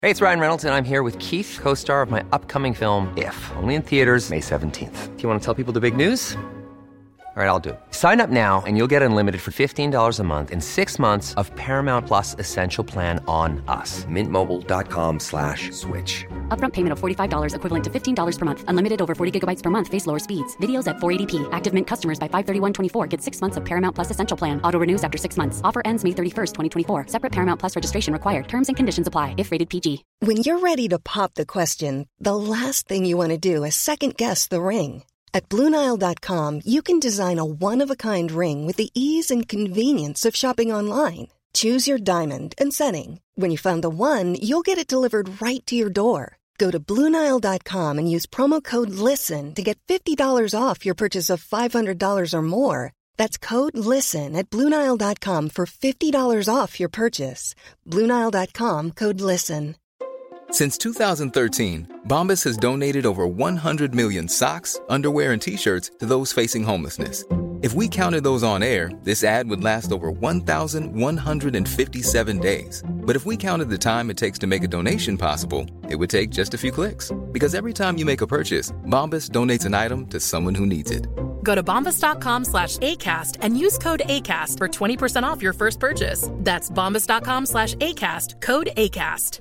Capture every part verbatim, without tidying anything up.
Hey, it's Ryan Reynolds, and I'm here with Keith, co-star of my upcoming film, If, only in theaters May seventeenth. Do you want to tell people the big news? All right, I'll do it. Sign up now and you'll get unlimited for fifteen dollars a month and six months of Paramount Plus Essential Plan on us. Mint Mobile dot com slash switch. Upfront payment of forty-five dollars equivalent to fifteen dollars per month. Unlimited over forty gigabytes per month. Face lower speeds. Videos at four eighty p. Active Mint customers by five thirty-one twenty-four get six months of Paramount Plus Essential Plan. Auto renews after six months. Offer ends May thirty-first, twenty twenty-four. Separate Paramount Plus registration required. Terms and conditions apply if rated P G. When you're ready to pop the question, the last thing you want to do is second guess the ring. At Blue Nile dot com, you can design a one-of-a-kind ring with the ease and convenience of shopping online. Choose your diamond and setting. When you find the one, you'll get it delivered right to your door. Go to Blue Nile dot com and use promo code LISTEN to get fifty dollars off your purchase of five hundred dollars or more. That's code LISTEN at Blue Nile dot com for fifty dollars off your purchase. Blue Nile dot com, code LISTEN. Since two thousand thirteen, Bombas has donated over one hundred million socks, underwear, and T-shirts to those facing homelessness. If we counted those on air, this ad would last over one thousand one hundred fifty-seven days. But if we counted the time it takes to make a donation possible, it would take just a few clicks. Because every time you make a purchase, Bombas donates an item to someone who needs it. Go to bombas dot com slash ACAST and use code ACAST for twenty percent off your first purchase. That's bombas dot com slash ACAST, code ACAST.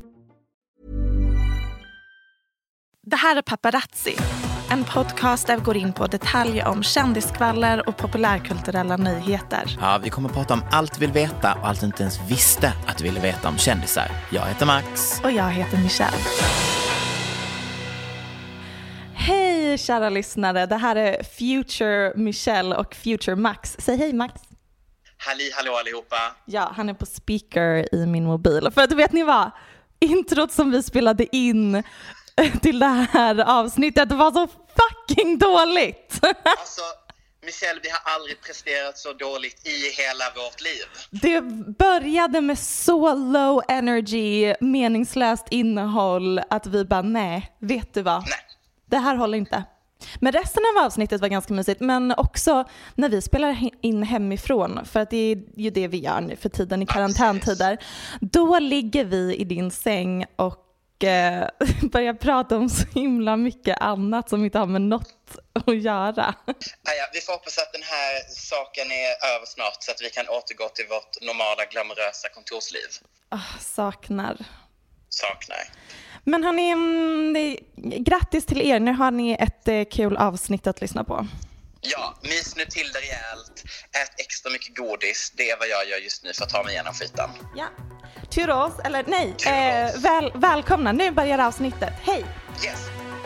Det här är Paparazzi, en podcast där vi går in på detaljer om kändiskvaller och populärkulturella nyheter. Ja, vi kommer att prata om allt vi vill veta och allt du inte ens visste att du ville veta om kändisar. Jag heter Max. Och jag heter Michelle. Hej kära lyssnare, det här är Future Michelle och Future Max. Säg hej Max. Halli, hallå allihopa. Ja, han är på speaker i min mobil. För att vet ni vad? Introt som vi spelade in till det här avsnittet, det var så fucking dåligt. Alltså, Michelle, vi har aldrig presterat så dåligt i hela vårt liv. Det började med så low energy, meningslöst innehåll att vi bara, nej, vet du vad? Nej. Det här håller inte. Men resten av avsnittet var ganska mysigt, men också när vi spelar in hemifrån, för att det är ju det vi gör nu för tiden i karantäntider. Då ligger vi i din säng och börja prata om så himla mycket annat som inte har med något att göra. Ja, vi får hoppas att den här saken är över snart så att vi kan återgå till vårt normala, glamorösa kontorsliv. Oh, saknar. Saknar. Men hörni, grattis till er. Nu har ni ett eh, kul avsnitt att lyssna på. Ja, mys nu till det rejält. Ät extra mycket godis. Det är vad jag gör just nu för att ta mig igenom skiten. Ja. Turos, eller nej, eh, väl, välkomna. Nu börjar avsnittet. Hej! Yes.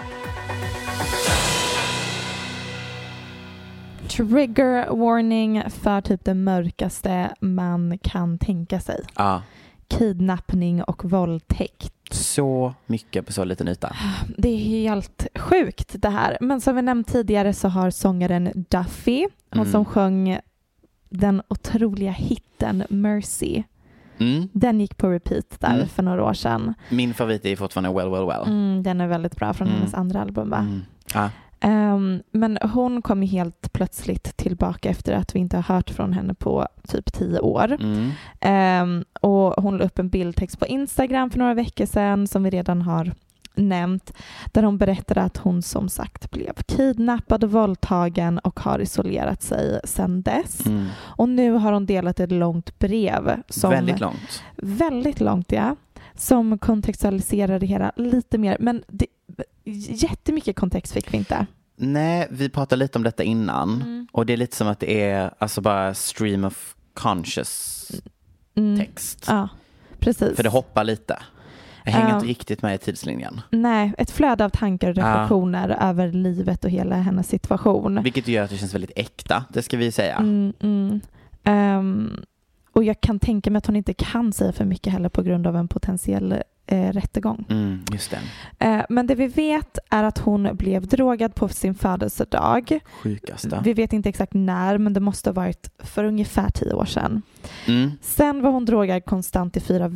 Trigger warning för typ det mörkaste man kan tänka sig. Ja. Kidnappning och våldtäkt. Så mycket på så liten yta. Det är helt sjukt det här. Men som vi nämnt tidigare så har sångaren Duffy, hon mm. som sjöng den otroliga hitten Mercy. Mm. Den gick på repeat där mm. för några år sedan. Min favorit är fortfarande Well Well Well. Mm, den är väldigt bra från mm. hennes andra album, va? Mm. Ah. Um, men hon kom ju helt plötsligt tillbaka efter att vi inte har hört från henne på typ tio år. Mm. Um, och hon la upp en bildtext på Instagram för några veckor sedan som vi redan har nämnt, där hon berättade att hon som sagt blev kidnappad och våldtagen och har isolerat sig sedan dess. Mm. Och nu har hon delat ett långt brev. Som, väldigt långt. Väldigt långt, ja. Som kontextualiserar det hela lite mer. Men det, jättemycket kontext fick vi inte. Nej, vi pratade lite om detta innan. Mm. Och det är lite som att det är alltså bara stream of conscious mm. text. Ja, precis. För det hoppar lite. Jag hänger uh, inte riktigt med i tidslinjen. Nej, ett flöde av tankar och reflektioner uh. över livet och hela hennes situation. Vilket gör att det känns väldigt äkta, det ska vi säga. Mm, mm. Um, och jag kan tänka mig att hon inte kan säga för mycket heller på grund av en potentiell eh, rättegång. Mm, just det. Uh, men det vi vet är att hon blev drogad på sin födelsedag. Sjukaste. Vi vet inte exakt när, men det måste ha varit för ungefär tio år sedan. Mm. Sen var hon drogad konstant i fyra veckor.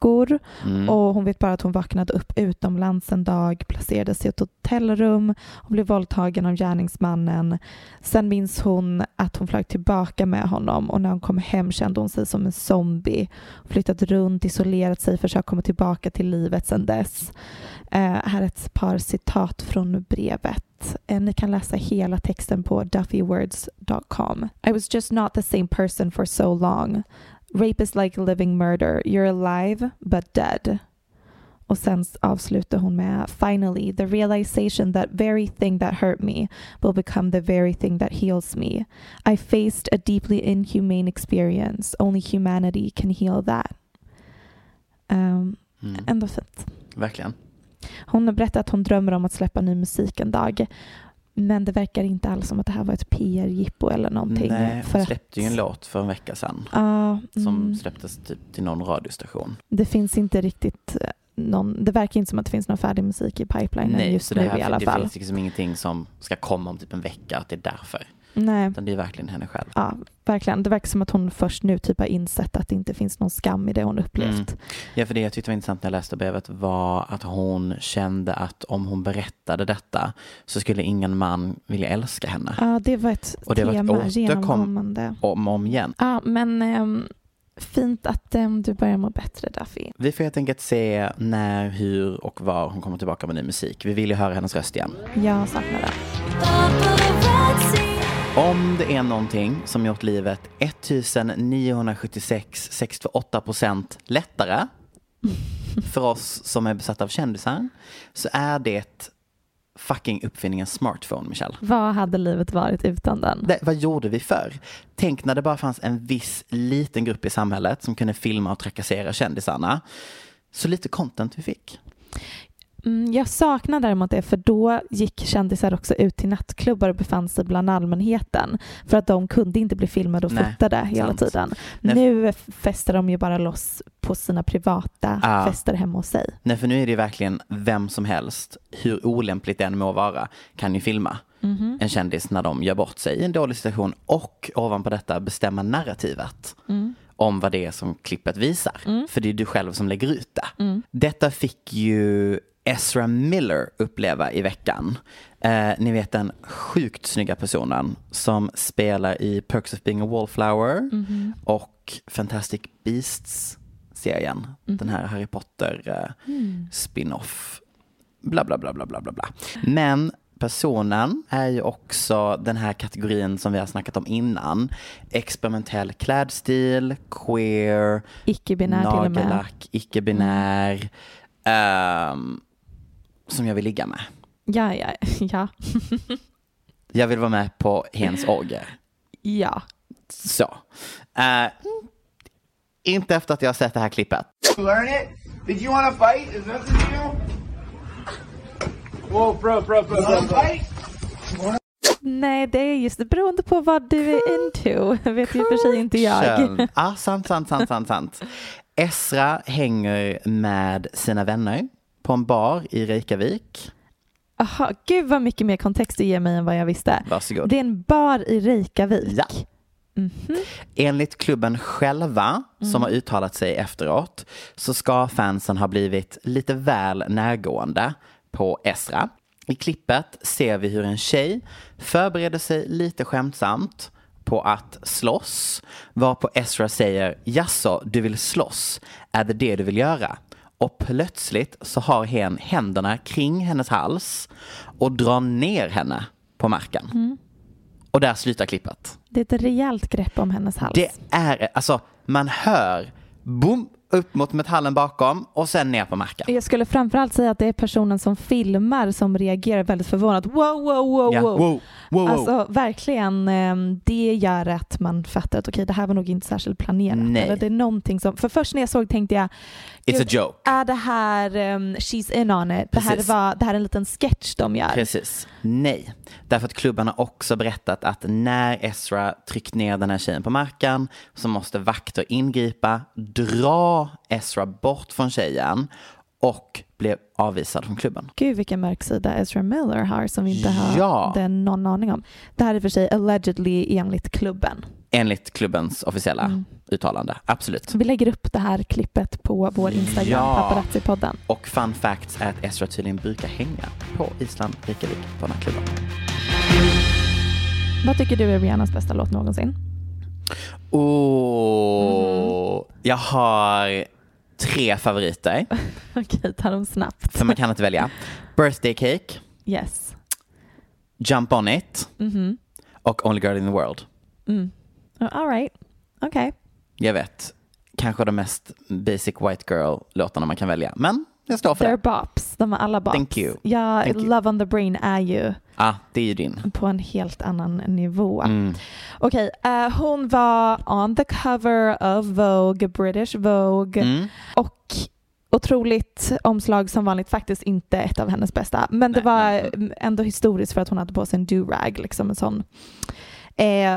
veckor. Mm. Och hon vet bara att hon vaknade upp utomlands en dag, placerades i ett hotellrum och blev våldtagen av gärningsmannen. Sen minns hon att hon flög tillbaka med honom och när hon kom hem kände hon sig som en zombie. Flyttat runt, isolerat sig, försökt komma tillbaka till livet sedan dess. Uh, här är ett par citat från brevet. Uh, ni kan läsa hela texten på duffy words dot com. I was just not the same person for so long. Rape is like living murder. You're alive but dead. Och sen avslutar hon med finally the realization that very thing that hurt me will become the very thing that heals me. I faced a deeply inhumane experience. Only humanity can heal that. Um, mm. Ändå fint. Verkligen. Hon har berättat att hon drömmer om att släppa ny musik en dag. Men det verkar inte alls som att det här var ett P R-jippo eller någonting. Nej, för hon släppte att... ju en låt för en vecka sedan. Uh, som mm. släpptes typ till någon radiostation. Det finns inte riktigt någon... Det verkar inte som att det finns någon färdig musik i pipelinen. Nej, just så nu det här, i alla det fall. Det finns liksom ingenting som ska komma om typ en vecka. Att det är därför. Nej. Utan det är verkligen henne själv. Ja, verkligen. Det verkar som att hon först nu typ har insett att det inte finns någon skam i det hon upplevt. Mm. Ja, för det jag tyckte var intressant när jag läste brevet var att hon kände att om hon berättade detta så skulle ingen man vilja älska henne. Ja, det var ett och det tema var ett genomkommande. Om och om igen. Ja, men äm, fint att äm, du börjar må bättre, Duffy. Vi får helt enkelt se när, hur och var hon kommer tillbaka med ny musik. Vi vill ju höra hennes röst igen. Jag saknar det. Om det är någonting som gjort livet nittonhundrasjuttiosex komma sextioåtta procent lättare för oss som är besatta av kändisar så är det fucking uppfinningen smartphone, Michelle. Vad hade livet varit utan den? Det, vad gjorde vi förr? Tänk när det bara fanns en viss liten grupp i samhället som kunde filma och trakassera kändisarna. Så lite content vi fick. Mm, jag saknar däremot det, för då gick kändisar också ut till nattklubbar och befann sig bland allmänheten för att de kunde inte bli filmade och Nej, fotade hela sant. tiden. Nej. Nu festar de ju bara loss på sina privata ah. fester hemma hos sig. Nej, för nu är det ju verkligen vem som helst, hur olämpligt det än må vara, kan ju filma mm-hmm. en kändis när de gör bort sig i en dålig situation och ovanpå detta bestämma narrativet. Mm. Om vad det är som klippet visar. Mm. För det är du själv som lägger ut det. Mm. Detta fick ju Ezra Miller uppleva i veckan. Eh, ni vet den sjukt snygga personen som spelar i Perks of Being a Wallflower mm-hmm. och Fantastic Beasts-serien. Mm-hmm. Den här Harry Potter eh, mm. spin-off. Bla bla bla bla bla bla bla. Men personen är ju också den här kategorin som vi har snackat om innan. Experimentell klädstil, queer, icke-binär till och med. Nagellack, icke-binär. Mm. Um, som jag vill ligga med. Ja, ja, ja. Jag vill vara med på hens orger. Ja. Så. Uh, inte efter att jag har sett det här klippet. Learn it? Did you want to fight? Is that the deal? Whoa, bro, bro, bro, bro, bro. Nej, det är just det. Beroende på vad du är into. Vet ju för sig inte jag. Ja, ah, sant, sant, sant, sant, sant. Ezra hänger med sina vänner på en bar i Reykjavik. Aha, gud vad mycket mer kontext du ger mig än vad jag visste. Varsågod. Det är en bar i Reykjavik. Ja. Mm-hmm. Enligt klubben själva som mm. har uttalat sig efteråt så ska fansen ha blivit lite väl närgående på Ezra. I klippet ser vi hur en tjej förbereder sig lite skämtsamt på att slåss, varpå Ezra säger: "Jaså, du vill slåss? Är det det du vill göra?" Och plötsligt så har hen händerna kring hennes hals och drar ner henne på marken. Mm. Och där slutar klippet. Det är ett rejält grepp om hennes hals. Det är, alltså, man hör boom, upp mot metallen bakom och sen ner på marken. Jag skulle framförallt säga att det är personen som filmar som reagerar väldigt förvånat. Wow, wow, wow, ja, wow. wow, wow. Alltså verkligen, det gör att man fattar att okej, det här var nog inte särskilt planerat. Nej. Eller det är någonting som, för först när jag såg tänkte jag, it's a joke. Är det här um, she's in on it? Det här, var, det här är en liten sketch de gör. Precis. Nej. Därför att klubban har också berättat att när Ezra tryckt ner den här tjejen på marken så måste vakter ingripa, dra Ezra bort från tjejen och blev avvisad från klubben. Gud, vilken mörk sida Ezra Miller har som vi inte Ja. hade någon aning om. Det här är för sig allegedly enligt klubben. Enligt klubbens officiella mm. uttalande, absolut. Vi lägger upp det här klippet på vår Instagram, ja. Paparazzi-podden. Och fun facts är att Ezra tydligen brukar hänga på Island, Reykjavik, på den här klubben. Vad tycker du är Rihannas bästa låt någonsin? Oh, mm. Jag har tre favoriter. Okej, ta dem snabbt. För man kan inte välja. Birthday Cake. Yes. Jump on it. Mm-hmm. Och Only Girl in the World. Mm. All right. Okej. Okay. Jag vet. Kanske de mest basic white girl-låtarna man kan välja. Men jag står för They're det. bops. De är alla bops. Thank you. Ja, Thank Love you. on the Brain är ju... Ah, det är ju din. På en helt annan nivå. Mm. Okej, okay, uh, hon var on the cover of Vogue, British Vogue. Mm. Och otroligt omslag som vanligt, faktiskt inte ett av hennes bästa. Men det Nej, var men... ändå historiskt för att hon hade på sig en do-rag, liksom en sån eh,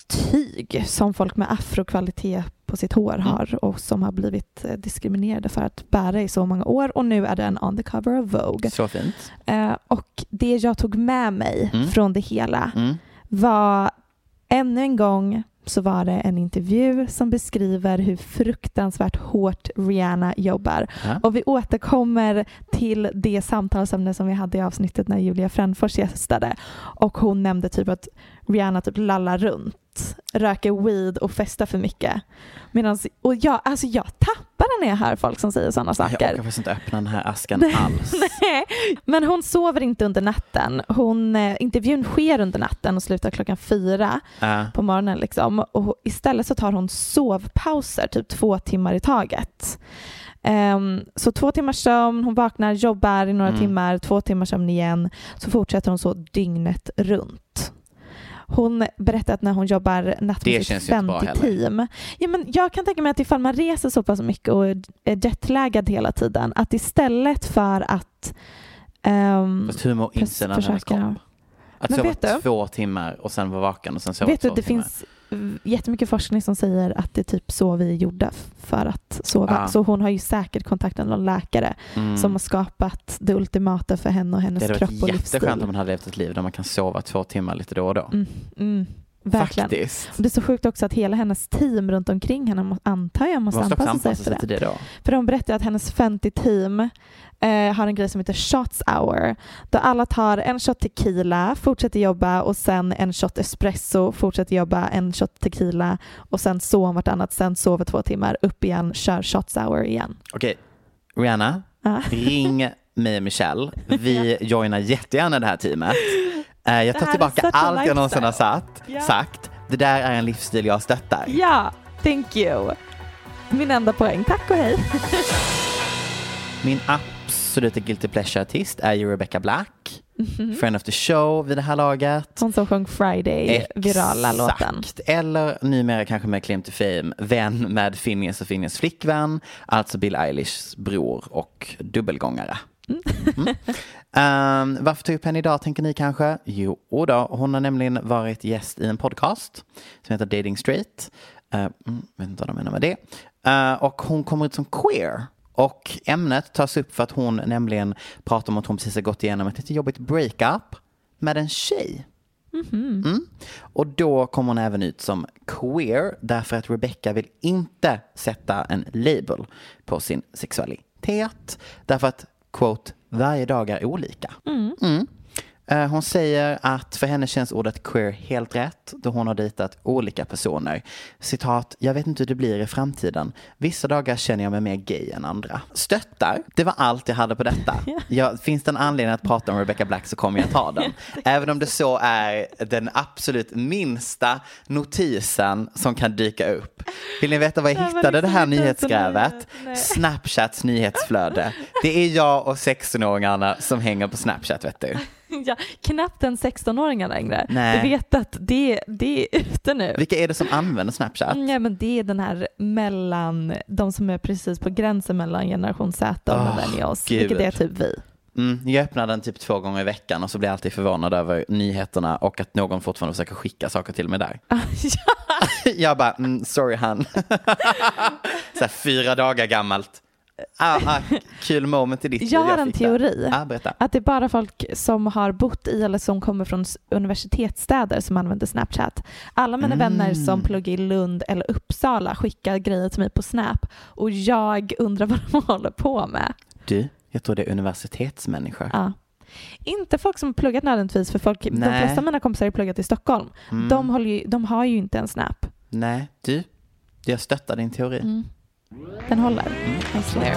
tyg som folk med afrokvalitet på sitt hår har mm. och som har blivit eh, diskriminerade för att bära i så många år, och nu är den on the cover of Vogue. Så fint. Eh, och det jag tog med mig mm. från det hela mm. var ännu en gång så var det en intervju som beskriver hur fruktansvärt hårt Rihanna jobbar. Ja. Och vi återkommer till det samtalsämne som vi hade i avsnittet när Julia Frändfors gästade. Och hon nämnde typ att Rihanna typ lallar runt, röker weed och festar för mycket. Medans, och jag, alltså jag tappar när jag hör folk som säger sådana saker. Jag orkar faktiskt inte öppna den här asken alls. Nej, men hon sover inte under natten. Hon, eh, intervjun sker under natten och slutar klockan fyra uh. på morgonen liksom. Och istället så tar hon sovpauser, typ två timmar i taget. Um, så två timmars sömn, hon vaknar, jobbar i några mm. timmar, två timmars sömn igen. Så fortsätter hon så dygnet runt. Hon berättade att när hon jobbar natt med sitt femtio-team. Ja, men jag kan tänka mig att ifall man reser så pass mycket och är jetlaggad hela tiden, att istället för att um, fast hur mår inte när hennes kom? Att sova två timmar och sen vara vaken och sen sova vet två du, det timmar. Finns jättemycket forskning som säger att det är typ så vi är gjorda för att sova. Ah. Så hon har ju säkert kontaktat någon läkare mm. som har skapat det ultimata för henne och hennes kropp och livsstil. Det är jätteskönt om man hade levt ett liv där man kan sova två timmar lite då och då. Mm. Mm. Verkligen. Faktiskt. Det är så sjukt också att hela hennes team runt omkring henne, antar jag, måste anpassa sig efter det. det då? För de berättar att hennes femtio-team eh, har en grej som heter shots hour. Då alla tar en shot tequila, fortsätter jobba, och sen en shot espresso, fortsätter jobba, en shot tequila, och sen sover vartannat, sen sover två timmar, upp igen, kör shots hour igen. Okej, okay. Rihanna, ah. ring mig och Michelle. Vi joinar jättegärna det här teamet. Jag tar tillbaka allt jag någonsin har sagt. Yeah. sagt. Det där är en livsstil jag stöttar. Ja, thank you. Min enda poäng. Tack och hej. Min absoluta guilty pleasure-artist är ju Rebecca Black. Mm-hmm. Friend of the show vid det här laget. Hon som sjöng Friday, exakt, virala låten. Eller numera kanske med claim to fame, vän med Phineas och Phineas flickvän. Alltså Bill Eilishs bror och dubbelgångare. Mm. Um, varför tog jag upp henne idag, tänker ni kanske? Jo då, hon har nämligen varit gäst i en podcast som heter Dating Straight. uh, mm, vet inte vad de menar med det. uh, Och hon kommer ut som queer. Och ämnet tas upp för att hon nämligen pratar om att hon precis har gått igenom ett lite jobbigt breakup med en tjej. Mm-hmm. Mm. Och då kommer hon även ut som queer, därför att Rebecca vill inte sätta en label på sin sexualitet. Därför att, quote, varje dag är olika. Mm. Mm. Uh, hon säger att för henne känns ordet queer helt rätt då hon har dejtat olika personer. Citat, jag vet inte hur det blir i framtiden. Vissa dagar känner jag mig mer gay än andra. Stöttar, det var allt jag hade på detta. Jag, finns det en anledning att prata om Rebecca Black så kommer jag ta den. Även om det så är den absolut minsta notisen som kan dyka upp. Vill ni veta vad jag hittade det här nyhetsgrävet? Snapchats nyhetsflöde. Det är jag och sexton-åringarna som hänger på Snapchat, vet du. Ja, knappt en sexton-åringar längre. Nej. Du vet att det, det är ute nu. Vilka är det som använder Snapchat? Ja, men det är den här mellan, de som är precis på gränsen mellan generation Z och oh, millennials. Gud. Vilket är typ vi. Mm, jag öppnar den typ två gånger i veckan och så blir jag alltid förvånad över nyheterna och att någon fortfarande försöker skicka saker till mig där. Ja. Jag bara, mm, sorry han. Så här, fyra dagar gammalt. ah, ah, kul moment i ditt Jag har en teori. Ah, berätta. Att det är bara folk som har bott i eller som kommer från universitetsstäder som använder Snapchat. Alla mina Mm. vänner som pluggar i Lund eller Uppsala skickar grejer till mig på Snap och jag undrar vad de håller på med. Du, jag tror det är universitetsmänniskor. Ja. Inte folk som har pluggat nödvändigtvis, för folk, de flesta av mina kompisar har pluggat i Stockholm. Mm. De, håller ju, de har ju inte en Snap. Nej, du, jag stöttar din teori. Mm. Den håller. I swear.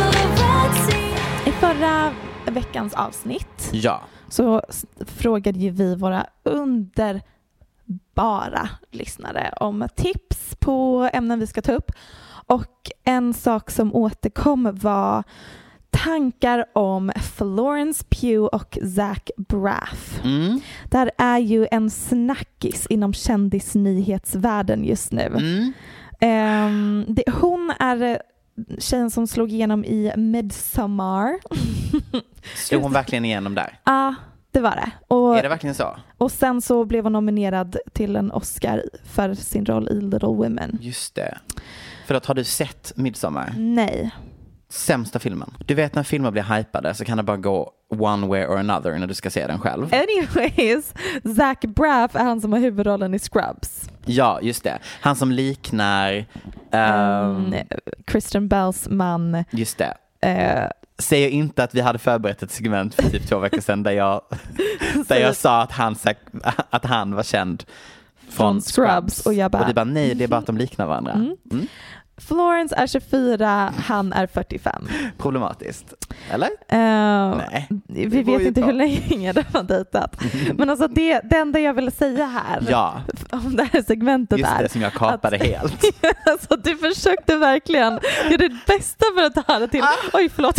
I förra veckans avsnitt Ja. så s- frågade ju vi våra underbara lyssnare om tips på ämnen vi ska ta upp. Och en sak som återkom var tankar om Florence Pugh och Zach Braff. Mm. Där är ju en snackis inom kändisnyhetsvärlden just nu. Mm. Um, det, hon är tjejen som slog igenom i Midsommar. Slog hon verkligen igenom där? Ja, ah, det var det. Och, Är det verkligen så? och sen så blev hon nominerad till en Oscar för sin roll i Little Women. Just det. Förlåt, har du sett Midsommar? Nej. Sämsta filmen. Du vet när filmer blir hypade så kan det bara gå one way or another när du ska se den själv. Anyways, Zach Braff är han som har huvudrollen i Scrubs. Ja, just det. Han som liknar... Um, Um, Kristen Bells man. just det. Uh, Säger inte att vi hade förberett ett segment för typ två veckor sedan där jag, där jag sa att han, att han var känd från, från Scrubs. Scrubs. Och jag bara... Och det bara, nej, det är bara att de liknar varandra. Mm. Mm. Florence är tjugofyra, han är fyrtiofem. Problematiskt. Eller? Uh, Nej. Vi Det går vet ju inte bra. hur länge de har dejtat. Men alltså det, det enda jag ville säga här Ja. om det här segmentet Just är det som jag kapade att, helt. alltså du försökte verkligen göra ditt bästa för att ta det till... Oj, förlåt.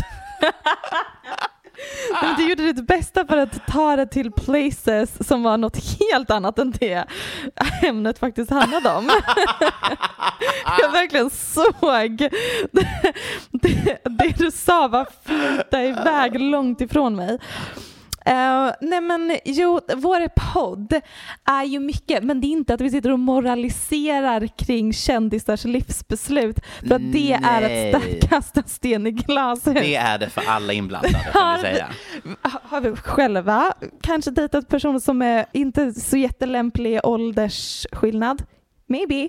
Men du gjorde ditt bästa för att ta det till places som var något helt annat än det ämnet faktiskt handlade om. Jag verkligen såg det, det, det du sa var flyta iväg långt ifrån mig. Uh, nej men jo, vår podd är ju mycket, men det är inte att vi sitter och moraliserar kring kändisars livsbeslut, för att det är Nej. att sta- kasta sten i glashus. Det är det för alla inblandade, kan vi säga. Har vi själva kanske dejtat personer som är inte så jättelämplig åldersskillnad? Maybe.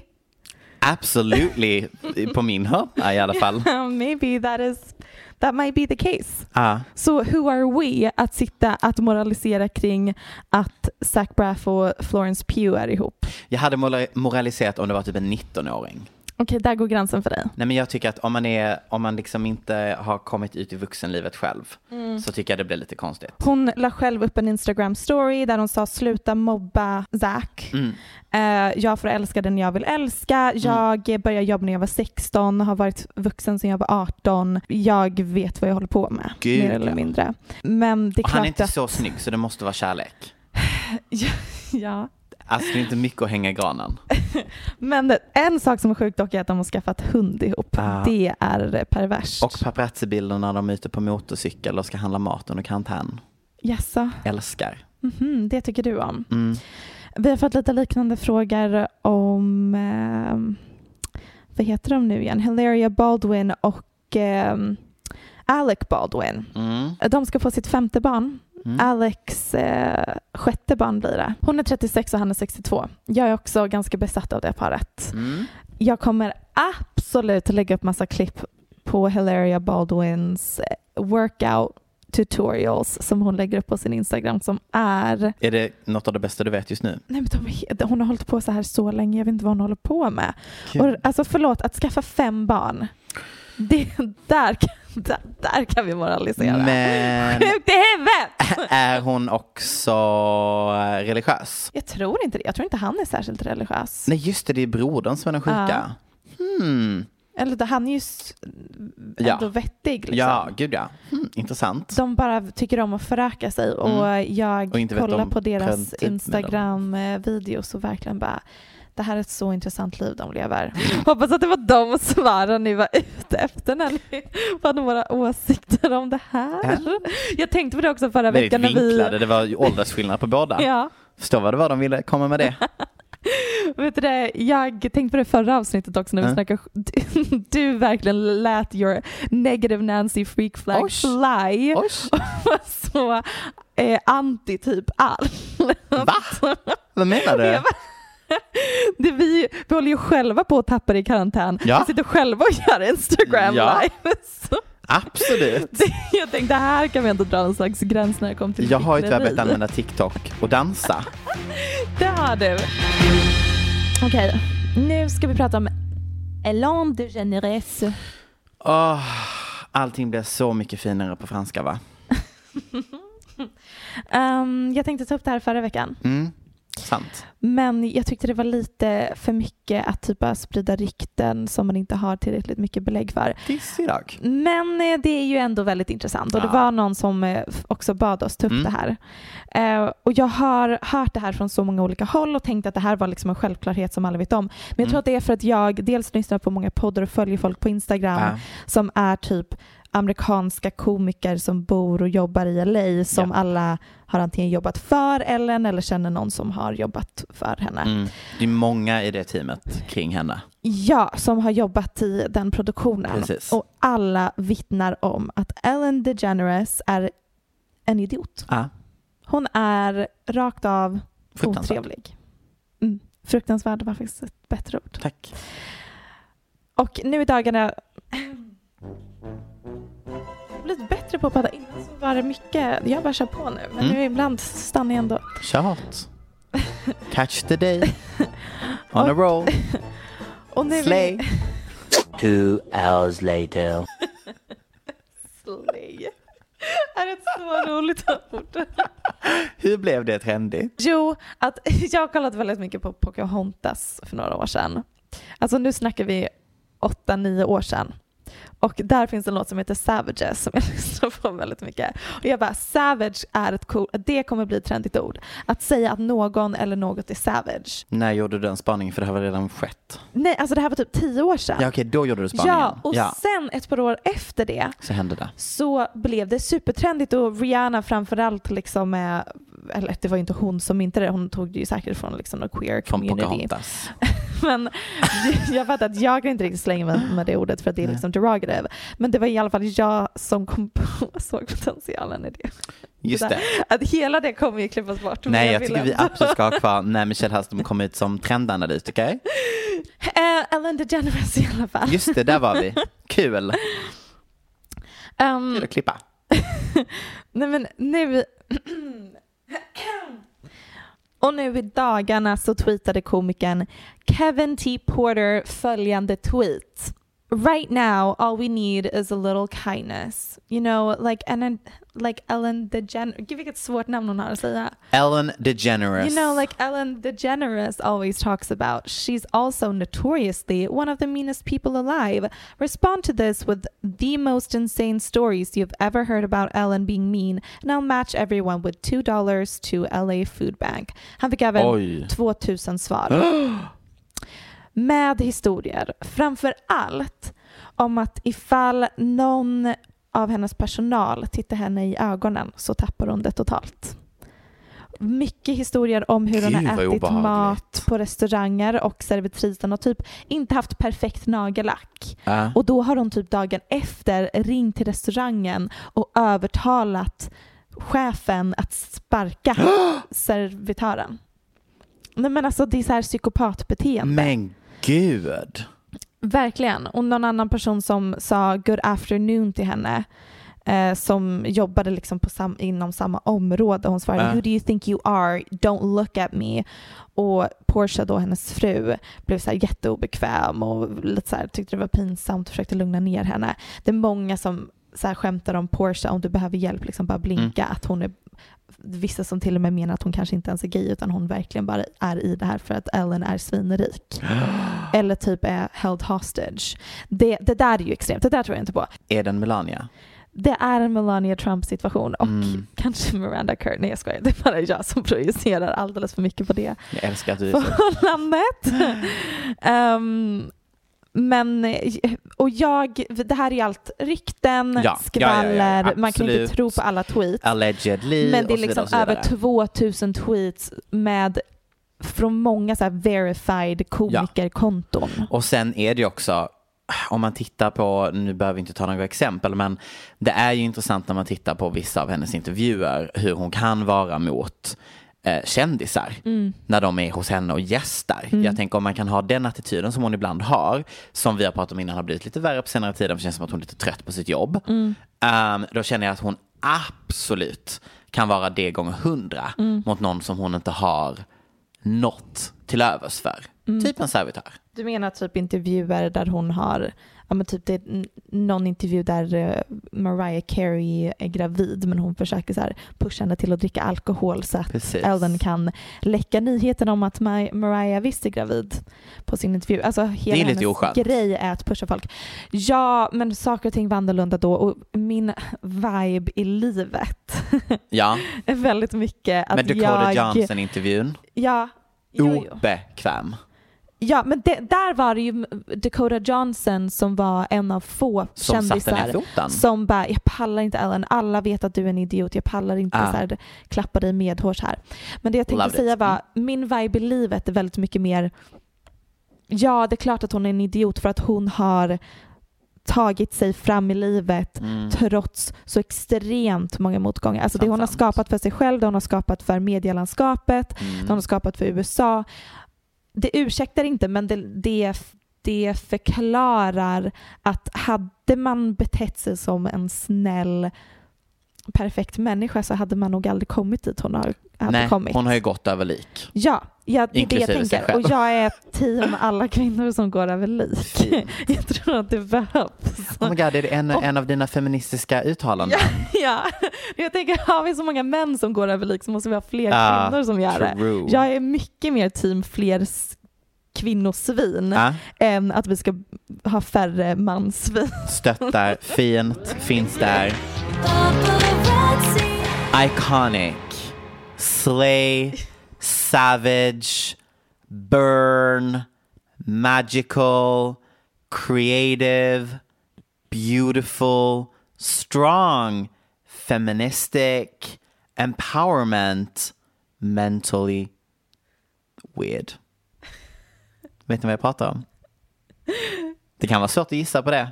Absolutely, på min hörna i alla fall. Maybe that is that might be the case. Ah. Så who are we att sitta att moralisera kring att Zach Braff och Florence Pugh är ihop? Jag hade mora- moraliserat om det var typ en nittonåring. Okej, där går gränsen för dig. Nej, men jag tycker att om man, är, om man liksom inte har kommit ut i vuxenlivet själv mm. så tycker jag det blir lite konstigt. Hon la själv upp en Instagram-story där hon sa sluta mobba Zach. Mm. Uh, jag får älska den jag vill älska. Jag mm. började jobba när jag var sexton, har varit vuxen sedan jag var arton. Jag vet vad jag håller på med, Gud, mer eller ja. mindre. Men det är och klart han är inte att... så snygg så det måste vara kärlek. ja, ja. Alltså det är inte mycket att hänga i granen. Men en sak som är sjukt dock är att de har skaffat hund ihop. Ah. Det är perverst. Och paparazzi-bilder när de är ute på motorcykel och ska handla mat under karantän. Jaså? Älskar. Mm-hmm, det tycker du om. Mm. Vi har fått lite liknande frågor om eh, vad heter de nu igen? Hilaria Baldwin och eh, Alec Baldwin. Mm. De ska få sitt femte barn. Mm. Alex eh, sjätte barn blir det. Hon är trettiosex och han är sextiotvå. Jag är också ganska besatt av det paret. Mm. Jag kommer absolut lägga upp massa klipp på Hilaria Baldwins workout tutorials som hon lägger upp på sin Instagram som är... Är det något av det bästa du vet just nu? Nej, men de, hon har hållit på så här så länge. Jag vet inte vad hon håller på med. Och, alltså förlåt, att skaffa fem barn. Det, där, där, där kan vi moralisera. Men sjukt i huvudet! Är hon också religiös? Jag tror inte det. Jag tror inte han är särskilt religiös. Nej, just det. Det är brodern som är den sjuka. Uh. Hmm. Eller han är ju ja. ändå vettig. Liksom. Ja, gud ja. Hmm, intressant. De bara tycker om att föröka sig. Mm. Och jag och kollar på deras Instagram-videos och verkligen bara... Det här är ett så intressant liv de lever. Hoppas att det var de svaren ni var ute efter när ni hade våra åsikter om det här. Ja. Jag tänkte på det också förra veckan. Väldigt vinklade, vi... det var åldersskillnad på båda. Ja. Förstår vad det var de ville komma med det. Vet du det, jag tänkte på det förra avsnittet också när vi mm. snackade. Du, du verkligen lät your negative Nancy freak flag Osh. fly. Osh. Och var så eh, anti typ allt. Va? Vad menar du? Det vi, vi håller ju själva på att tappa det i karantän. Ja. Vi sitter själva och gör Instagram ja. live. Så. Absolut. Det, jag tänkte, här kan vi ändå dra en slags gräns när det kommer till Jag har ju tyvärr börjat använda TikTok och dansa. Det har du. Okej, okay. Nu ska vi prata om Ellen DeGeneres. Oh, allting blir så mycket finare på franska, va? um, jag tänkte ta upp det här förra veckan. Mm. Sant. Men jag tyckte det var lite för mycket att typ sprida rykten som man inte har tillräckligt mycket belägg för. Idag. Men det är ju ändå väldigt intressant. Och ja. det var någon som också bad oss ta upp mm. det här. Uh, och jag har hört det här från så många olika håll och tänkt att det här var liksom en självklarhet som alla vet om. Men jag mm. tror att det är för att jag dels lyssnar på många poddar och följer folk på Instagram ja. som är typ amerikanska komiker som bor och jobbar i L A som ja. alla har antingen jobbat för Ellen eller känner någon som har jobbat för henne. Mm. Det är många i det teamet kring henne. Ja, som har jobbat i den produktionen. Precis. Och alla vittnar om att Ellen DeGeneres är en idiot. Ah. Hon är rakt av otrevlig. Mm. Fruktansvärd var faktiskt ett bättre ord. Tack. Och nu i dagarna blivit bättre på att prata. Innan så var det mycket, jag bara kör på nu, men mm. nu ibland stannar jag ändå. Kör hårt. Catch the day. On a roll. Och nu Slay. Vi... Two hours later. Slay. Är det så roligt ord? Hur blev det trendigt? Jo, att jag har kollat väldigt mycket på Pocahontas för några år sedan. Alltså nu snackar vi åtta, nio år sedan. Och där finns en låt som heter Savages som jag lyssnar på väldigt mycket. Och jag bara, savage är ett cool, det kommer bli ett trendigt ord. Att säga att någon eller något är savage. När gjorde du den spaningen? För det här var redan skett. Nej, alltså det här var typ tio år sedan. Ja, okej, då gjorde du spaningen. Ja, och ja. sen ett par år efter det så hände det. Så blev det supertrendigt och Rihanna framförallt liksom med, eller det var ju inte hon som inte det, hon tog det ju säkert från liksom någon queer community. Från Pocahontas. Men jag fattar att jag kan inte riktigt slänga med, med det ordet för att det är liksom derogative. Men det var i alla fall jag som kom på såg potentialen i det. Just det. Att hela det kommer ju klippas bort. Nej, jag, jag tycker vi absolut ska ha kvar när Michelle Hallström kom ut som trendanalytiker. Uh, Ellen DeGeneres i alla fall. Just det, där var vi. Kul. Um, Kul att klippa. Nej men nu... Och nu i dagarna så tweetade komikern Kevin T. Porter följande tweet. Right now, all we need is a little kindness. You know, like and like Ellen DeGeneres. Gud, vilket svårt namn hon har att säga. Ellen DeGeneres. You know, like Ellen DeGeneres always talks about. She's also notoriously one of the meanest people alive. Respond to this with the most insane stories you've ever heard about Ellen being mean, and I'll match everyone with two dollars to L A Food Bank. Han fick även Oj. tvåtusen svar. Med historier, framför allt om att ifall någon av hennes personal tittar henne i ögonen så tappar hon det totalt. Mycket historier om hur Gud, hon har ätit mat på restauranger och servitrisen har typ inte haft perfekt nagellack. Äh. Och då har hon typ dagen efter ringt till restaurangen och övertalat chefen att sparka servitören. Nej, men alltså det är så här psykopatbeteende. Men gud. Verkligen. Och någon annan person som sa good afternoon till henne eh, som jobbade liksom på sam- inom samma område. Hon svarade uh. who do you think you are? Don't look at me. Och Portia då, hennes fru, blev så här jätteobekväm och lite så här, tyckte det var pinsamt och försökte lugna ner henne. Det är många som så här skämtar om Portia, om du behöver hjälp liksom bara blinka mm. att hon är, vissa som till och med menar att hon kanske inte ens är gay utan hon verkligen bara är i det här för att Ellen är svinrik. Eller typ är held hostage. Det, det där är ju extremt, det där tror jag inte på. Är den Melania? Det är en Melania Trump-situation och mm. kanske Miranda Kerr. Nej, jag skojar. Det är bara jag som projicerar alldeles för mycket på det. Jag älskar att du är förhållandet. um, Men, och jag, det här är allt rykten, ja, skvaller, ja, ja, ja, man kan inte tro på alla tweets. Allegedly. Men det är liksom över tvåtusen tweets med från många så här verified komikerkonton. Ja. Och sen är det också, om man tittar på, nu behöver vi inte ta några exempel, men det är ju intressant när man tittar på vissa av hennes intervjuer hur hon kan vara mot eh, kändisar mm. när de är hos henne och gästar. Mm. Jag tänker om man kan ha den attityden som hon ibland har, som vi har pratat om innan har blivit lite värre på senare tiden, för det känns som att hon är lite trött på sitt jobb. Mm. Um, då känner jag att hon absolut kan vara det gånger hundra mm. mot någon som hon inte har något till övers för. Mm. Typ en servitör. Du menar typ intervjuer där hon har, ja men typ det är någon intervju där uh, Mariah Carey är gravid men hon försöker så här pusha henne till att dricka alkohol så att Precis. Ellen kan läcka nyheten om att Mar- Mariah visst är gravid på sin intervju. Alltså hela det är hennes lite oskönt. Grej är att pusha folk. Ja, men saker och ting var annorlunda då och min vibe i livet ja. är väldigt mycket att men Dakota jag... Johnson-intervjun? Ja. Jo, jo. Obekväm. Ja, men det, där var det ju Dakota Johnson som var en av få som kändisar som bara, jag pallar inte Ellen, alla vet att du är en idiot, jag pallar inte ah. så här, klappa dig medhårs här. Men det jag tänkte Love säga it. var, min vibe i livet är väldigt mycket mer, ja det är klart att hon är en idiot för att hon har tagit sig fram i livet mm. trots så extremt många motgångar. Alltså det hon har skapat för sig själv, det hon har skapat för medielandskapet, mm. det hon har skapat för U S A. Det ursäktar inte, men det, det, det förklarar att hade man betett sig som en snäll, perfekt människa så hade man nog aldrig kommit dit hon har hade Nej, kommit. hon har ju gått över lik. Ja, ja det är det jag tänker. Och jag är team alla kvinnor som går över lik. Jag tror att det behövs. Oh my God, är det en, och, en av dina feministiska uttalanden? Ja, ja, jag tänker, har vi så många män som går över lik så måste vi ha fler uh, kvinnor som gör true. det. Jag är mycket mer team fler kvinnosvin uh. än att vi ska ha färre mansvin. Stöttar, fint, finns där. Iconic, slay, savage, burn, magical, creative, beautiful, strong, feministic, empowerment, mentally weird. Vet ni vad jag pratar om? Det kan vara svårt att gissa på det.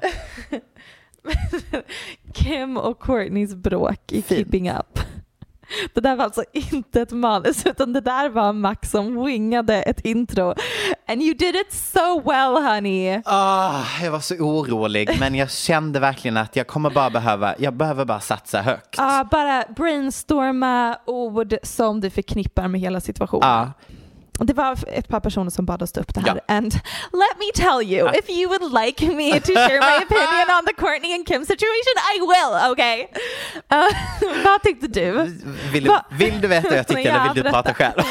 Kim och Courtneys bråk i Fint. Keeping Up. Det där var alltså inte ett manus utan det där var Max som wingade ett intro. And you did it so well, honey. Ah, jag var så orolig men jag kände verkligen att jag kommer bara behöva jag behöver bara satsa högt. Ah, bara brainstorma ord som du förknippar med hela situationen. Ah. Det var ett par personer som bad oss ta upp det här. Ja. And let me tell you, if you would like me to share my opinion on the Courtney and Kim situation, I will, okay? Uh, vad tyckte du? Vill du, vill du veta vad jag tycker eller vill du prata själv?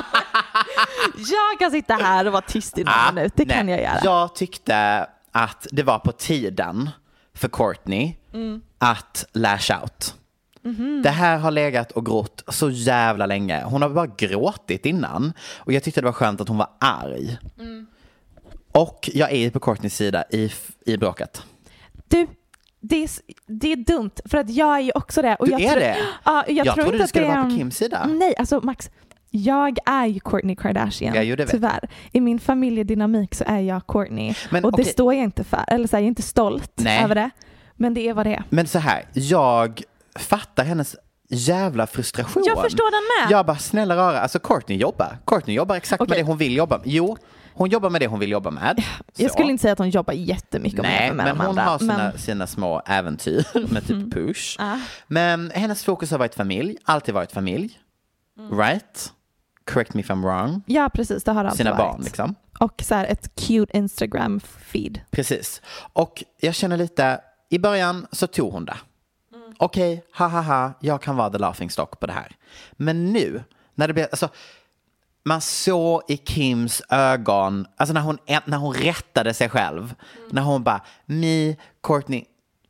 Jag kan sitta här och vara tyst i några ah, minuter, det nej. kan jag göra. Jag tyckte att det var på tiden för Courtney mm. att lash out. Mm-hmm. Det här har legat och grått så jävla länge. Hon har bara gråtit innan. Och jag tyckte det var skönt att hon var arg. Mm. Och jag är på Courtneys sida i, i bråket. Du, det är, det är dumt. För att jag är ju också det. Och du jag är tror, det? Ja, jag jag tror trodde inte du skulle det, vara på Kims sida. Nej, alltså Max, jag är ju Kourtney Kardashian. Ja, det tyvärr. I min familjedynamik så är jag Kourtney. Men, och okay. det står jag inte för. Eller så är jag inte stolt Nej. över det. Men det är vad det är. Men så här, jag fattar hennes jävla frustration. Jag förstår den med. Jag bara, snälla rara, alltså Courtney jobbar. Courtney jobbar exakt okay. med det hon vill jobba med. Jo, hon jobbar med det hon vill jobba med. Jag så. skulle inte säga att hon jobbar jättemycket Nej, med, med men hon andra. har sina, men... sina små äventyr med typ push. Ah. Men hennes fokus har varit familj. Alltid varit familj. Mm. Right? Correct me if I'm wrong. Ja, precis. Det har alltid sina varit. barn liksom. Och så här ett cute Instagram-feed. Precis. Och jag känner lite, i början så tog hon det. Mm. Okej, okay, ha ha ha, jag kan vara the laughing stock på det här. Men nu, när det blir, alltså, man såg i Kims ögon, alltså när hon, när hon rättade sig själv, mm. när hon bara, me, Courtney,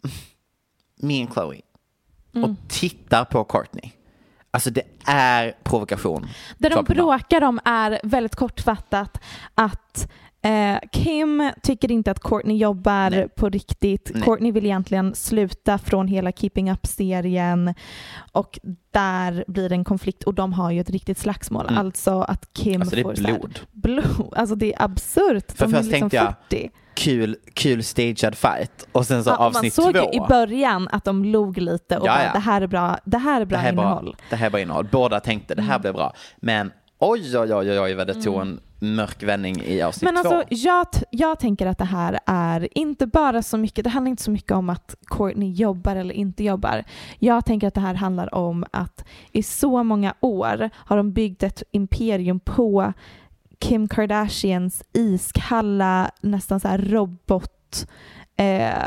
me and Chloe. Mm. Och tittar på Courtney. Alltså det är provokation. Det de bråkar om är väldigt kortfattat att Eh, Kim tycker inte att Kourtney jobbar Nej. på riktigt. Nej. Kourtney vill egentligen sluta från hela Keeping Up-serien och där blir det en konflikt och de har ju ett riktigt slagsmål. Mm. Alltså att Kim alltså, det är får blod. Här, blod. Alltså det är absurt. För de först är liksom tänkte jag fyrtio. Kul, kul staged fight och sen så ja, avsnitt två. Man såg två. i början att de log lite och ja, bara, ja. det här är bra, det här är bra det här innehåll. Bara, det här är bra innehåll. Båda tänkte det här mm. blir bra. Men oj, oj, oj, oj, vad det tog en mörk vändning i avsnitt Men två. alltså, jag, jag tänker att det här är inte bara så mycket, det handlar inte så mycket om att Kourtney jobbar eller inte jobbar. Jag tänker att det här handlar om att i så många år har de byggt ett imperium på Kim Kardashians iskalla, nästan så här robot eh,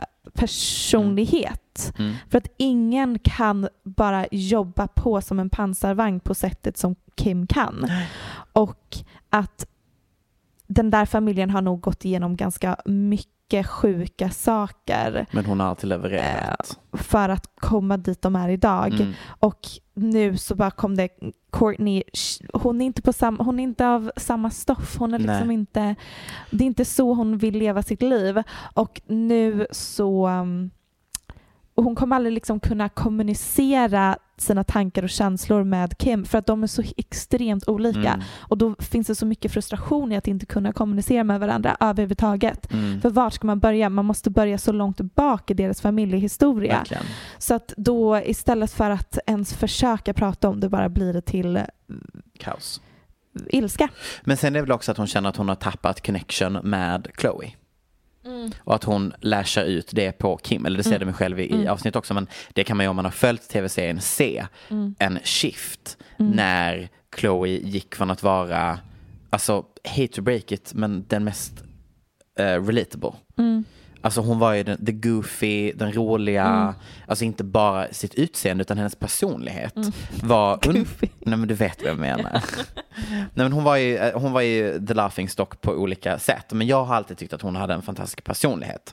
personlighet. Mm. Mm. För att ingen kan bara jobba på som en pansarvagn på sättet som Kim kan. Och att den där familjen har nog gått igenom ganska mycket sjuka saker. Men hon har alltid levererat. Eh, för att komma dit de är idag. Mm. Och nu så bara kom det Kourtney, hon är inte på sam, hon är inte av samma stoff. Hon är liksom inte, det är inte så hon vill leva sitt liv. Och nu så um, och hon kommer aldrig liksom kunna kommunicera sina tankar och känslor med Kim för att de är så extremt olika. Mm. Och då finns det så mycket frustration i att inte kunna kommunicera med varandra överhuvudtaget. Mm. För var ska man börja? Man måste börja så långt bak i deras familjehistoria. Verkligen. Så att då istället för att ens försöka prata om det bara blir det till kaos. Ilska. Men sen är det väl också att hon känner att hon har tappat connection med Khloe. Mm. Och att hon lashar ut det på Kim. Eller det ser mm. de själv i mm. avsnitt också. Men det kan man ju om man har följt tv-serien se mm. en shift mm. när Khloe gick från att vara, alltså hate to break it, men den mest uh, relatable. Mm. Alltså hon var ju den the goofy, den roliga, mm. alltså inte bara sitt utseende utan hennes personlighet mm. var un- nej men du vet vad jag menar. Nej men hon var ju hon var ju the laughing stock på olika sätt, men jag har alltid tyckt att hon hade en fantastisk personlighet.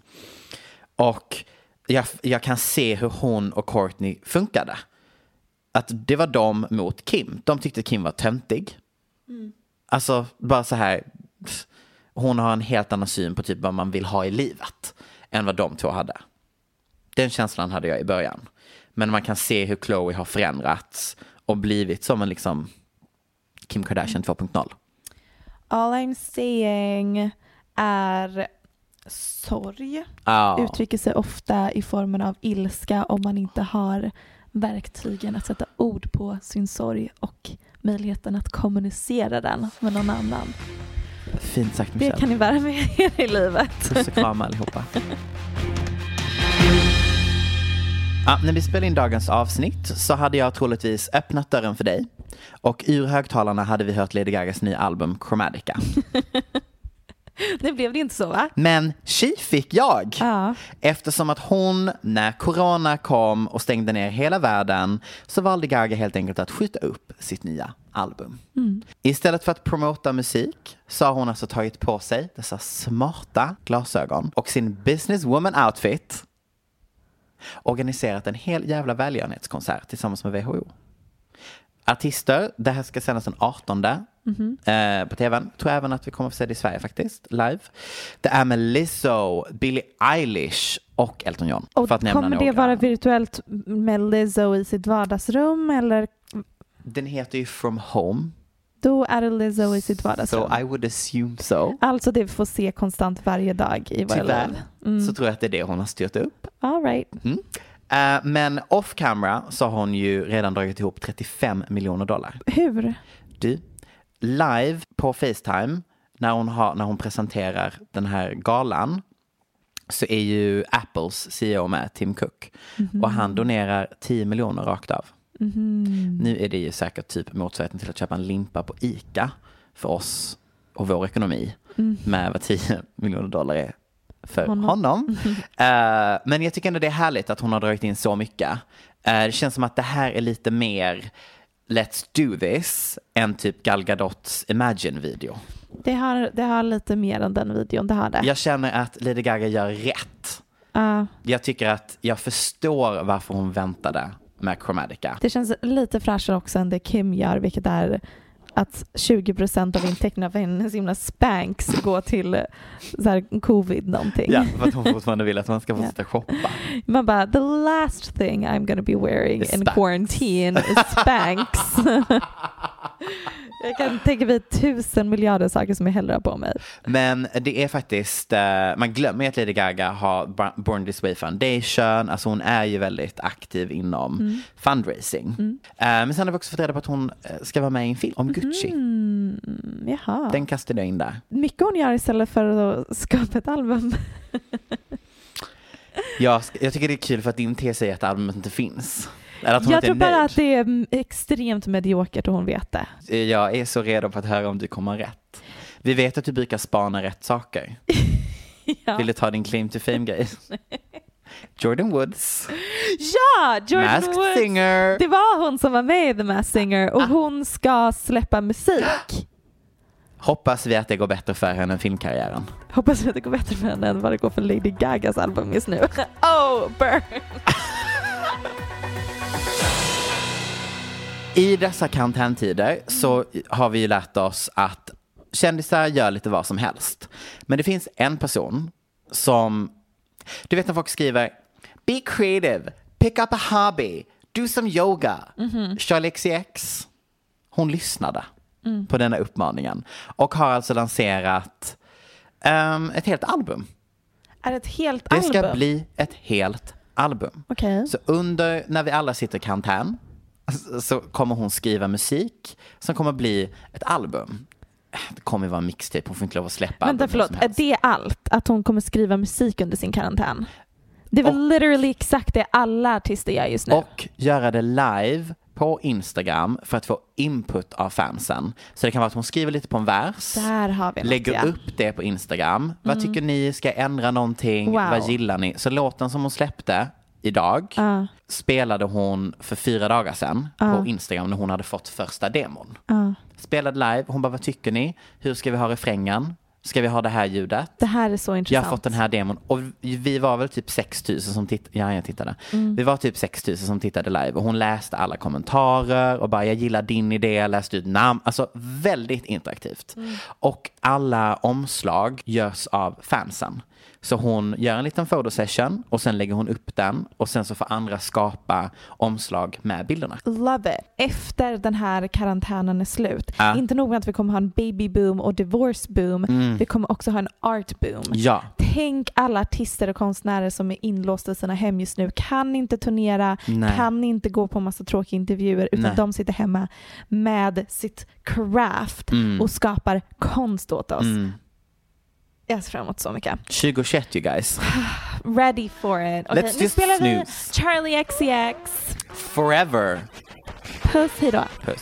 Och jag, jag kan se hur hon och Kourtney funkade. Att det var de mot Kim. De tyckte Kim var töntig. Mm. Alltså bara så här, hon har en helt annan syn på typ vad man vill ha i livet än vad de två hade. Den känslan hade jag i början. Men man kan se hur Khloe har förändrats och blivit som en liksom Kim Kardashian två punkt noll. All I'm saying är sorg. Oh. Uttrycker sig ofta i formen av ilska om man inte har verktygen att sätta ord på sin sorg och möjligheten att kommunicera den med någon annan. Fint sagt, Michelle. Det kan ni vara med er i livet. Puss och kram allihopa. Ja, när vi spelade in dagens avsnitt så hade jag troligtvis öppnat dörren för dig. Och ur högtalarna hade vi hört Lady Gagas nya album Chromatica. Det blev det inte så, va? Men tji fick jag. Ja. Eftersom att hon, när corona kom och stängde ner hela världen, så valde Gaga helt enkelt att skjuta upp sitt nya album. Mm. Istället för att promota musik så har hon alltså tagit på sig dessa smarta glasögon och sin businesswoman outfit organiserat en hel jävla välgörenhetskonsert tillsammans med W H O. Artister, det här ska sändas den artonde mm-hmm. eh, på tvn. Tror även att vi kommer att se det i Sverige faktiskt, live. Det är med Lizzo, Billie Eilish och Elton John. Och för att nämna kommer det några. Vara virtuellt med Lizzo i sitt vardagsrum eller? Den heter ju From Home. Då är det Lizzo i sitt vardagsrum. So I would assume so. Alltså det vi får se konstant varje dag i våra Tyvärr liv. Mm. så tror jag att det är det hon har styrt upp. All right. Mm. Uh, men off camera så har hon ju redan dragit ihop trettiofem miljoner dollar. Hur? Du, live på FaceTime när hon, har, när hon presenterar den här galan så är ju Apples C E O med, Tim Cook. Mm-hmm. Och han donerar tio miljoner rakt av. Mm-hmm. Nu är det ju säkert typ motsvarigheten till att köpa en limpa på ICA för oss och vår ekonomi mm. med vad tio miljoner dollar är för honom. honom. Mm-hmm. Uh, men jag tycker ändå det är härligt att hon har dragit in så mycket. Uh, det känns som att det här är lite mer Let's do this än typ Gal Gadots Imagine-video. Det har, det har lite mer än den videon, det har det. Jag känner att Lady Gaga gör rätt. Uh. Jag tycker att jag förstår varför hon väntade med Chromatica. Det känns lite fräschare också än det Kim gör, vilket är att tjugo procent av intäkterna för hennes himla Spanx går till så här covid någonting. Ja, för att hon fortfarande vill att man ska fortsätta shoppa. Man bara, the last thing I'm gonna be wearing It's in Spanx. quarantine is Spanx. Jag kan tänka mig tusen miljarder saker som jag hellre har på mig. Men det är faktiskt, uh, man glömmer att Lady Gaga har Born This Way Foundation. Alltså hon är ju väldigt aktiv inom mm. fundraising. Mm. Uh, men sen har vi också fått reda på att hon uh, ska vara med i en film om Gucci. Mm. Jaha. Den kastade jag in där. Mycket hon gör istället för att skapa ett album. jag, jag tycker det är kul för att din tes säger att albumet inte finns. Eller att hon jag inte tror är bara nöjd. att det är extremt mediokert och hon vet det. Jag är så redo på att höra om du kommer rätt. Vi vet att du brukar spana rätt saker. Ja. Vill du ta din claim to fame-grej? Jordan Woods. Ja, Jordan Masked Woods. Singer. Det var hon som var med i The Masked Singer och ah. hon ska släppa musik. Hoppas vi att det går bättre för henne än filmkarriären. Hoppas vi att det går bättre för henne än vad det går för Lady Gagas album just nu. Oh, burn! I dessa karantäntider så har vi ju lärt oss att kändisar gör lite vad som helst. Men det finns en person som, du vet när folk skriver be creative, pick up a hobby, do some yoga. Mm-hmm. Charli X C X, hon lyssnade mm. på denna uppmaningen och har alltså lanserat um, ett helt album. Är det ett helt det album? Det ska bli ett helt album. Okay. Så under, när vi alla sitter i karantän, så kommer hon skriva musik som kommer bli ett album. Det kommer vara en mixtape, hon får inte lov att släppa. Vänta, förlåt, är det allt? Att hon kommer skriva musik under sin karantän? Det är väl och, literally exakt det alla artister gör just nu. Och göra det live på Instagram för att få input av fansen. Så det kan vara att hon skriver lite på en vers. Där har vi något, lägger ja. upp det på Instagram. Mm. Vad tycker ni? Ska jag ändra någonting? Wow. Vad gillar ni? Så låten som hon släppte idag uh. spelade hon för fyra dagar sedan uh. på Instagram när hon hade fått första demon. Uh. Spelade live. Hon bara, vad tycker ni? Hur ska vi ha refrängen? Ska vi ha det här ljudet? Det här är så intressant. Jag har fått den här demon. Och vi var väl typ sex tusen som tittade. Ja, jag tittade. Mm. Vi var typ sex tusen som tittade live. Och hon läste alla kommentarer. Och bara, jag gillar din idé. Läste ut namn. Alltså väldigt interaktivt. Mm. Och alla omslag görs av fansen. Så hon gör en liten photosession och sen lägger hon upp den och sen så får andra skapa omslag med bilderna. Love it. Efter den här karantänen är slut. Uh. Inte nog med att vi kommer ha en baby boom och divorce boom. Mm. Vi kommer också ha en art boom. Ja. Tänk alla artister och konstnärer som är inlåsta i sina hem just nu. Kan inte turnera, Nej. kan inte gå på massa tråkiga intervjuer utan Nej. de sitter hemma med sitt craft mm. och skapar konst åt oss. Mm. Jag ser fram emot så mycket. tjugo tjugoett, you guys. Ready for it. Okay, Let's nu just spelar vi snooze. Charli X C X. Forever. Puss, hejdå. Puss.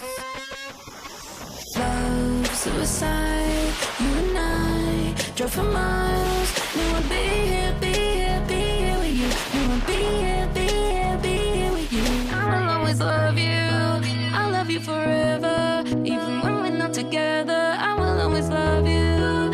Love, suicide, you and I drove for miles. Knew I'd be here, be here, be here with you. Knew I'd be here, be here, be here with you. I will always love you. I'll love you forever. Even when we're not together, I will always love you.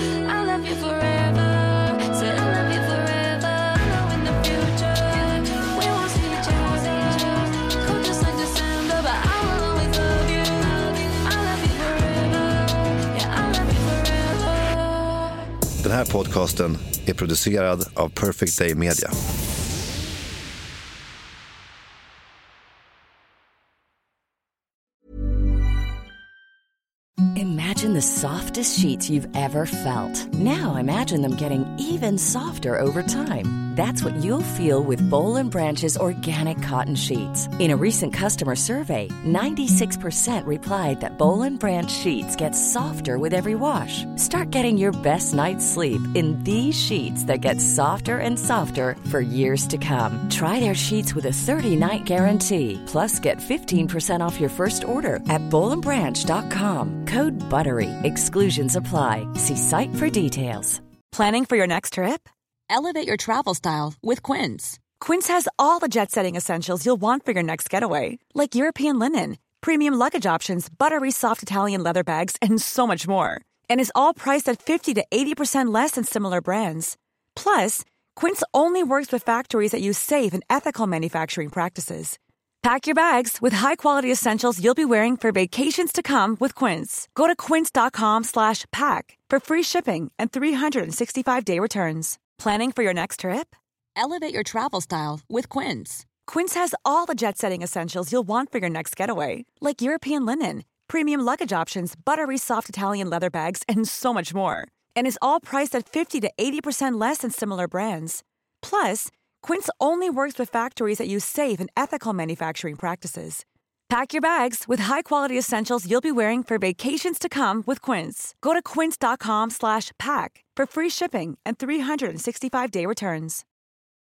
Den här podcasten är producerad av Perfect Day Media. Imagine the softest sheets you've ever felt. Now imagine them getting even softer over time. That's what you'll feel with Boll and Branch's organic cotton sheets. In a recent customer survey, ninety-six percent replied that Boll and Branch sheets get softer with every wash. Start getting your best night's sleep in these sheets that get softer and softer for years to come. Try their sheets with a thirty-night guarantee. Plus, get fifteen percent off your first order at boll and branch dot com. Code BUTTERY. Exclusions apply. See site for details. Planning for your next trip? Elevate your travel style with Quince. Quince has all the jet-setting essentials you'll want for your next getaway, like European linen, premium luggage options, buttery soft Italian leather bags, and so much more. And is all priced at fifty to eighty percent less than similar brands. Plus, Quince only works with factories that use safe and ethical manufacturing practices. Pack your bags with high-quality essentials you'll be wearing for vacations to come with Quince. Go to quince.com slash pack for free shipping and three sixty-five day returns. Planning for your next trip? Elevate your travel style with Quince. Quince has all the jet-setting essentials you'll want for your next getaway, like European linen, premium luggage options, buttery soft Italian leather bags, and so much more. And is all priced at fifty to eighty percent less than similar brands. Plus, Quince only works with factories that use safe and ethical manufacturing practices. Pack your bags with high-quality essentials you'll be wearing for vacations to come with Quince. Go to quince.com slash pack for free shipping and three sixty-five day returns.